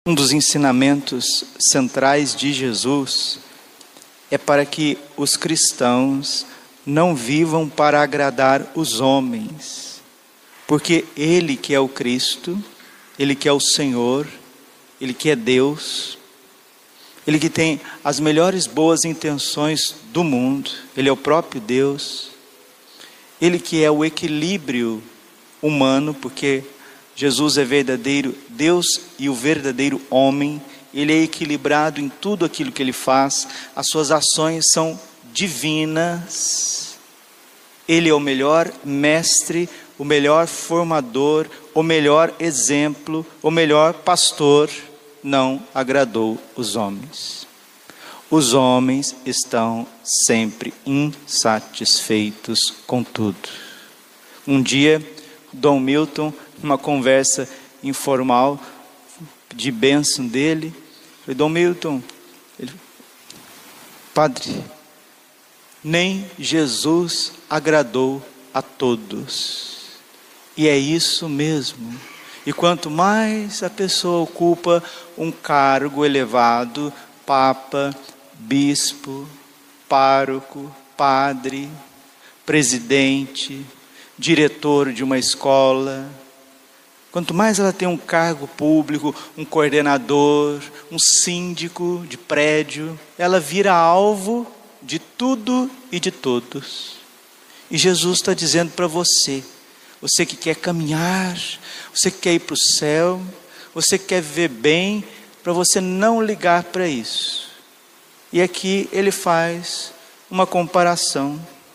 Um dos ensinamentos centrais de Jesus é para que os cristãos não vivam para agradar os homens, porque Ele que é o Cristo, Ele que é o Senhor, Ele que é Deus, Ele que tem as melhores boas intenções do mundo, Ele é o próprio Deus, Ele que é o equilíbrio humano, porque Jesus é verdadeiro Deus e o verdadeiro homem. Ele é equilibrado em tudo aquilo que Ele faz. As suas ações são divinas. Ele é o melhor mestre, o melhor formador, o melhor exemplo, o melhor pastor. Não agradou os homens. Os homens estão sempre insatisfeitos com tudo. Um dia, Dom Milton, numa conversa informal de bênção dele, falei: Dom Milton, padre, nem Jesus agradou a todos. E é isso mesmo. E quanto mais a pessoa ocupa um cargo elevado, papa, bispo, pároco, padre, presidente, diretor de uma escola, quanto mais ela tem um cargo público, um coordenador, um síndico de prédio, ela vira alvo de tudo e de todos. E Jesus está dizendo para você, você que quer caminhar, você que quer ir para o céu, você que quer viver bem, para você não ligar para isso. E aqui ele faz uma comparação.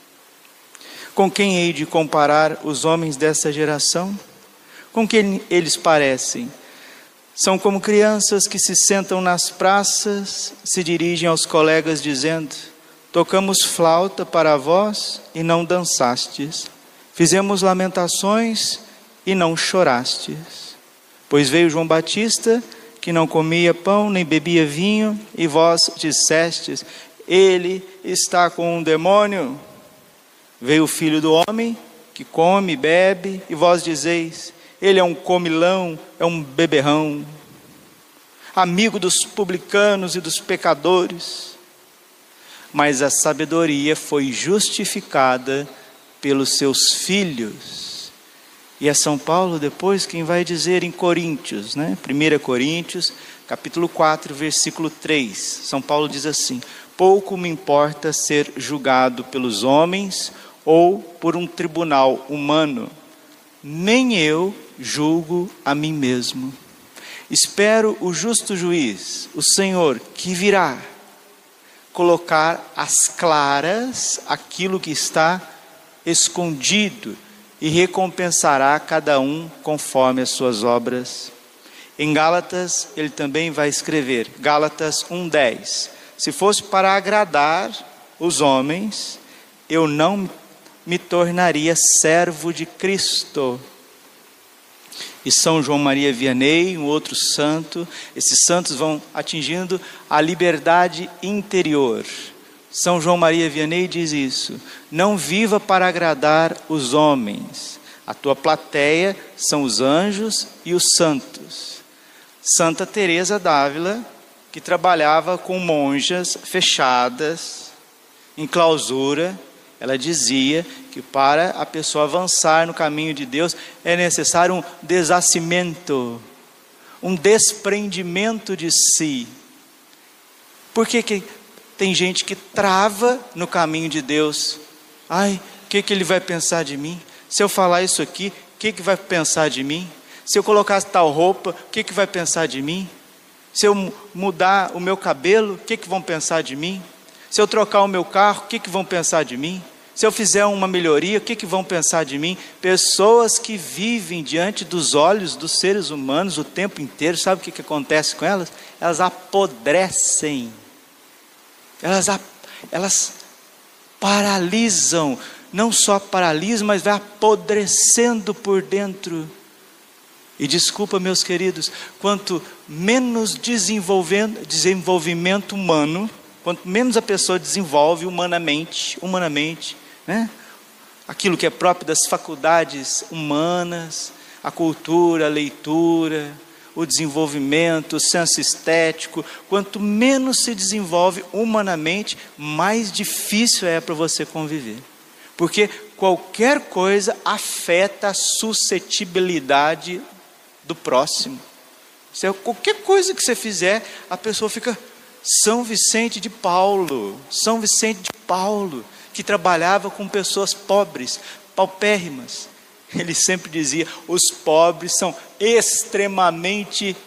Com quem hei de comparar os homens dessa geração? Com quem eles parecem? São como crianças que se sentam nas praças, se dirigem aos colegas dizendo: tocamos flauta para vós e não dançastes. Fizemos lamentações e não chorastes. Pois veio João Batista, que não comia pão nem bebia vinho, e vós dissestes: ele está com um demônio. Veio o Filho do Homem, que come e bebe, e vós dizeis: ele é um comilão, é um beberrão, amigo dos publicanos e dos pecadores. Mas a sabedoria foi justificada pelos seus filhos. E é São Paulo depois quem vai dizer em Coríntios, 1 Coríntios, capítulo 4, versículo 3. São Paulo diz assim: pouco me importa ser julgado pelos homens ou por um tribunal humano. Nem eu julgo a mim mesmo. Espero o justo juiz, o Senhor, que virá colocar às claras aquilo que está escondido e recompensará cada um conforme as suas obras. Em Gálatas, ele também vai escrever, Gálatas 1:10: se fosse para agradar os homens, eu não me tornaria servo de Cristo. E São João Maria Vianney, um outro santo, esses santos vão atingindo a liberdade interior. São João Maria Vianney diz isso: não viva para agradar os homens. A tua plateia são os anjos e os santos. Santa Teresa d'Ávila, que trabalhava com monjas fechadas, em clausura, ela dizia que para a pessoa avançar no caminho de Deus é necessário um desassimento, um desprendimento de si. Por que tem gente que trava no caminho de Deus? Ai, o que ele vai pensar de mim? Se eu falar isso aqui, o que vai pensar de mim? Se eu colocar tal roupa, o que vai pensar de mim? Se eu mudar o meu cabelo, o que vão pensar de mim? Se eu trocar o meu carro, o que vão pensar de mim? Se eu fizer uma melhoria, o que vão pensar de mim? Pessoas que vivem diante dos olhos dos seres humanos o tempo inteiro, sabe o que acontece com elas? Elas apodrecem. Elas paralisam, não só paralisam, mas vai apodrecendo por dentro. E desculpa, meus queridos, quanto menos desenvolvimento humano, quanto menos a pessoa desenvolve humanamente, aquilo que é próprio das faculdades humanas, a cultura, a leitura, o desenvolvimento, o senso estético, quanto menos se desenvolve humanamente, mais difícil é para você conviver. Porque qualquer coisa afeta a suscetibilidade do próximo. Qualquer coisa que você fizer, a pessoa fica... São Vicente de Paulo, que trabalhava com pessoas pobres, paupérrimas. Ele sempre dizia, os pobres são extremamente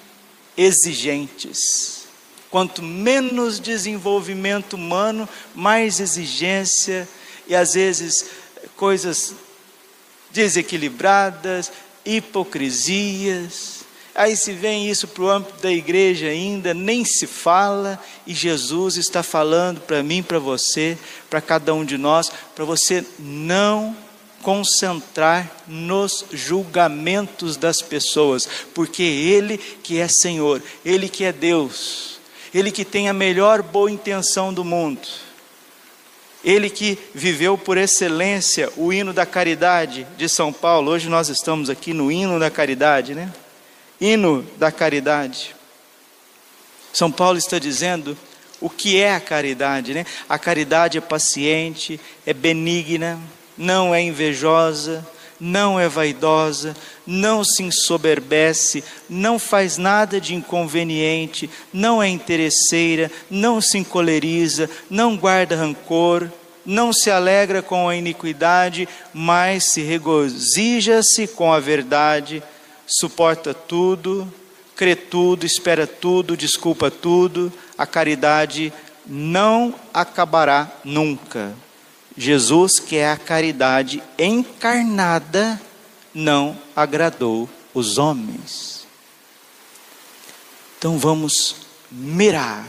exigentes. Quanto menos desenvolvimento humano, mais exigência, e às vezes coisas desequilibradas, hipocrisias. Aí se vem isso para o âmbito da igreja ainda, nem se fala, e Jesus está falando para mim, para você, para cada um de nós, para você não concentrar nos julgamentos das pessoas, porque Ele que é Senhor, Ele que é Deus, Ele que tem a melhor boa intenção do mundo, Ele que viveu por excelência o hino da caridade de São Paulo. Hoje nós estamos aqui no hino da caridade, né? Hino da caridade. São Paulo está dizendo o que é a caridade, né? A caridade é paciente, é benigna, não é invejosa, não é vaidosa, não se ensoberbece, não faz nada de inconveniente, não é interesseira, não se encoleriza, não guarda rancor, não se alegra com a iniquidade, mas se regozija-se com a verdade, suporta tudo, crê tudo, espera tudo, desculpa tudo. A caridade não acabará nunca. Jesus, que é a caridade encarnada, não agradou os homens. Então vamos mirar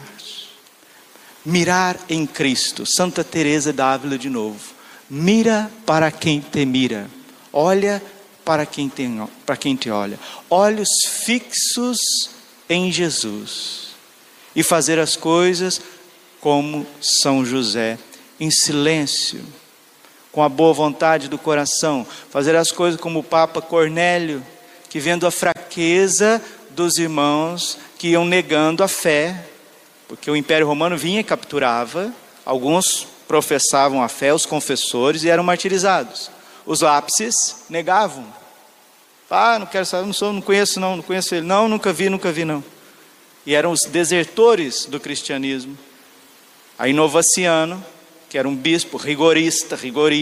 em Cristo. Santa Teresa d'Ávila de novo. Mira para quem te mira. Olha para quem te olha. Olhos fixos em Jesus. E fazer as coisas como São José, em silêncio, com a boa vontade do coração. Fazer as coisas como o Papa Cornélio, que vendo a fraqueza dos irmãos que iam negando a fé, porque o Império Romano vinha e capturava, alguns professavam a fé, os confessores, e eram martirizados. Os lápices negavam. Não quero saber, não conheço ele. Não, nunca vi não. E eram os desertores do cristianismo. Aí Novaciano, que era um bispo rigorista,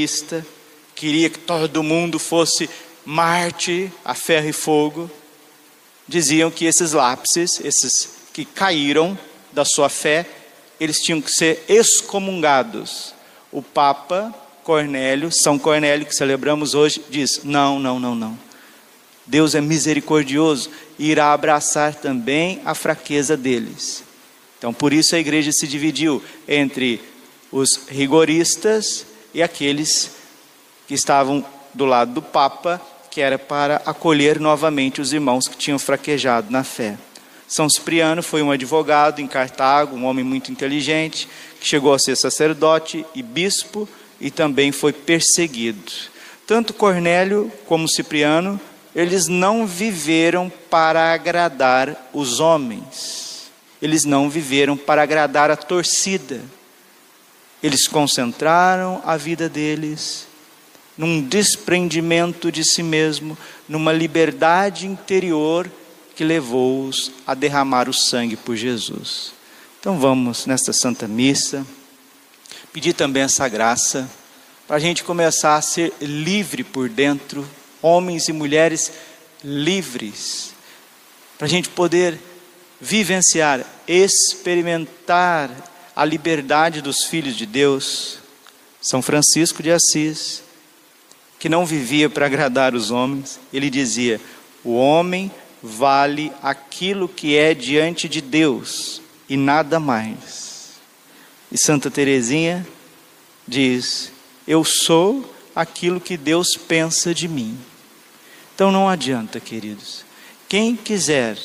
queria que todo mundo fosse mártir a ferro e fogo, diziam que esses lápices, esses que caíram da sua fé, eles tinham que ser excomungados. O Papa Cornélio, São Cornélio, que celebramos hoje, diz, não. Deus é misericordioso e irá abraçar também a fraqueza deles. Então, por isso a igreja se dividiu entre os rigoristas e aqueles que estavam do lado do Papa, que era para acolher novamente os irmãos que tinham fraquejado na fé. São Cipriano foi um advogado em Cartago, um homem muito inteligente, que chegou a ser sacerdote e bispo e também foi perseguido. Tanto Cornélio como Cipriano, eles não viveram para agradar os homens. Eles não viveram para agradar a torcida. Eles concentraram a vida deles num desprendimento de si mesmo, numa liberdade interior que levou-os a derramar o sangue por Jesus. Então vamos nesta Santa Missa pedir também essa graça para a gente começar a ser livre por dentro, homens e mulheres livres, para a gente poder vivenciar, experimentar a liberdade dos filhos de Deus. São Francisco de Assis, que não vivia para agradar os homens, ele dizia, o homem vale aquilo que é diante de Deus e nada mais. E Santa Teresinha diz, eu sou aquilo que Deus pensa de mim. Então não adianta, queridos, quem quiser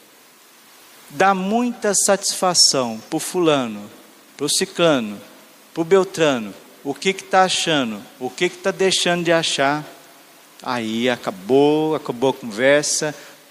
dar muita satisfação para o fulano, para o ciclano, para o beltrano, o que está achando, o que está deixando de achar, aí acabou a conversa,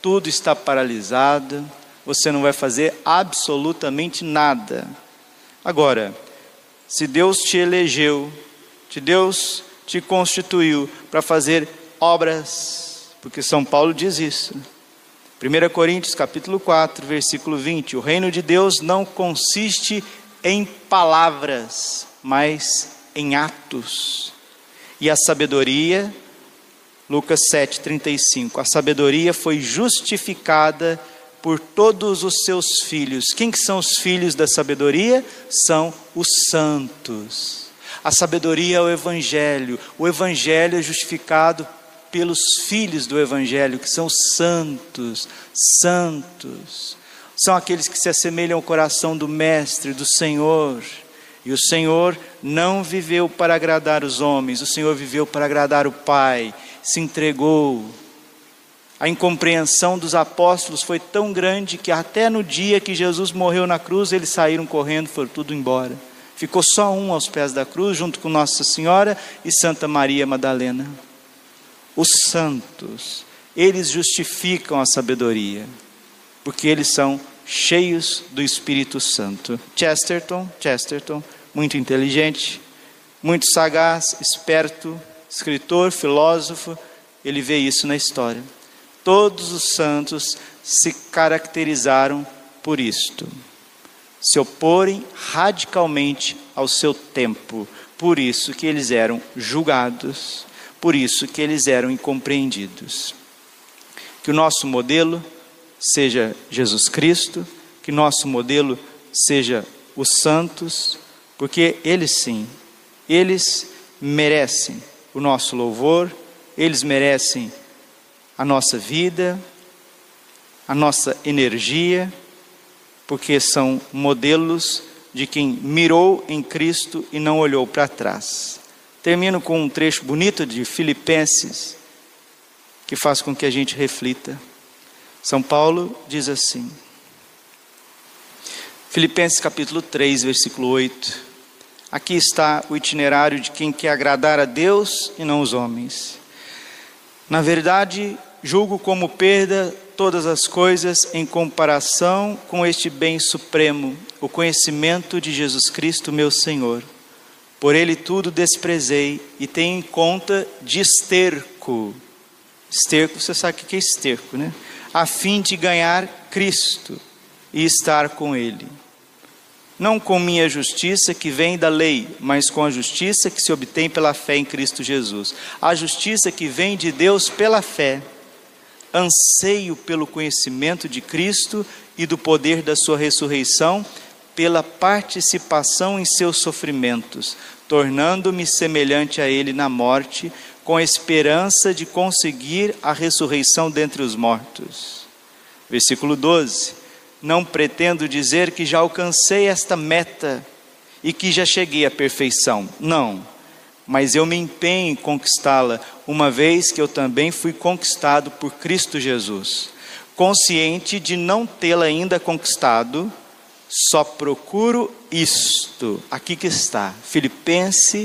tudo está paralisado, você não vai fazer absolutamente nada. Agora, se Deus te elegeu, se Deus te constituiu para fazer obras, porque São Paulo diz isso. 1 Coríntios capítulo 4, versículo 20, o reino de Deus não consiste em palavras, mas em atos. E a sabedoria, Lucas 7, 35, a sabedoria foi justificada por todos os seus filhos. Quem que são os filhos da sabedoria? São os santos. A sabedoria é o Evangelho é justificado pelos filhos do Evangelho, que são santos, santos. São aqueles que se assemelham ao coração do Mestre, do Senhor. E o Senhor não viveu para agradar os homens, o Senhor viveu para agradar o Pai, se entregou. A incompreensão dos apóstolos foi tão grande que até no dia que Jesus morreu na cruz, eles saíram correndo, foram tudo embora. Ficou só um aos pés da cruz, junto com Nossa Senhora e Santa Maria Madalena. Os santos, eles justificam a sabedoria, porque eles são cheios do Espírito Santo. Chesterton, muito inteligente, muito sagaz, esperto, escritor, filósofo, ele vê isso na história. Todos os santos se caracterizaram por isto, se oporem radicalmente ao seu tempo, por isso que eles eram julgados, por isso que eles eram incompreendidos. Que o nosso modelo seja Jesus Cristo, que nosso modelo seja os santos, porque eles sim, eles merecem o nosso louvor, eles merecem a nossa vida, a nossa energia, porque são modelos de quem mirou em Cristo e não olhou para trás. Termino com um trecho bonito de Filipenses, que faz com que a gente reflita. São Paulo diz assim, Filipenses capítulo 3, versículo 8, aqui está o itinerário de quem quer agradar a Deus e não os homens. Na verdade, julgo como perda todas as coisas em comparação com este bem supremo, o conhecimento de Jesus Cristo, meu Senhor. Por ele tudo desprezei e tenho em conta de esterco. Esterco, você sabe o que é esterco, né? A fim de ganhar Cristo e estar com ele. Não com minha justiça que vem da lei, mas com a justiça que se obtém pela fé em Cristo Jesus. A justiça que vem de Deus pela fé. Anseio pelo conhecimento de Cristo e do poder da sua ressurreição, pela participação em seus sofrimentos, tornando-me semelhante a ele na morte, com a esperança de conseguir a ressurreição dentre os mortos. Versículo 12. Não pretendo dizer que já alcancei esta meta e que já cheguei à perfeição. Não, mas eu me empenho em conquistá-la, uma vez que eu também fui conquistado por Cristo Jesus. Consciente de não tê-la ainda conquistado, só procuro isto. Aqui que está, Filipenses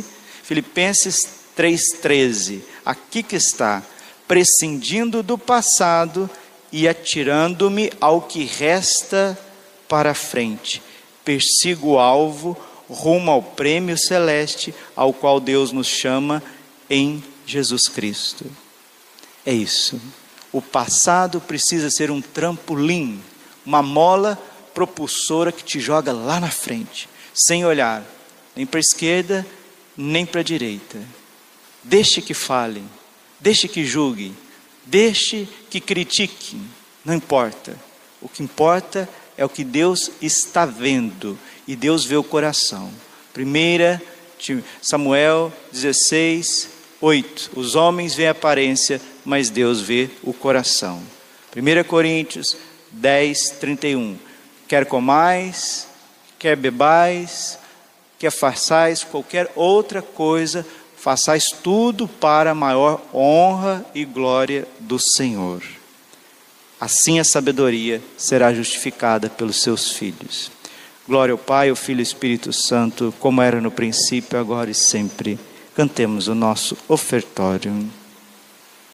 3,13. Aqui que está, prescindindo do passado e atirando-me ao que resta para frente. Persigo o alvo, rumo ao prêmio celeste, ao qual Deus nos chama em Jesus Cristo. É isso. O passado precisa ser um trampolim, uma mola propulsora que te joga lá na frente, sem olhar nem para a esquerda, nem para a direita. Deixe que falem, deixe que julguem, deixe que critiquem, não importa. O que importa é o que Deus está vendo, e Deus vê o coração. 1 Samuel 16, 8. Os homens veem a aparência, mas Deus vê o coração. 1 Coríntios 10, 31. Quer comais, quer bebais, quer façais qualquer outra coisa, façais tudo para a maior honra e glória do Senhor. Assim a sabedoria será justificada pelos seus filhos. Glória ao Pai, ao Filho e ao Espírito Santo, como era no princípio, agora e sempre. Cantemos o nosso ofertório.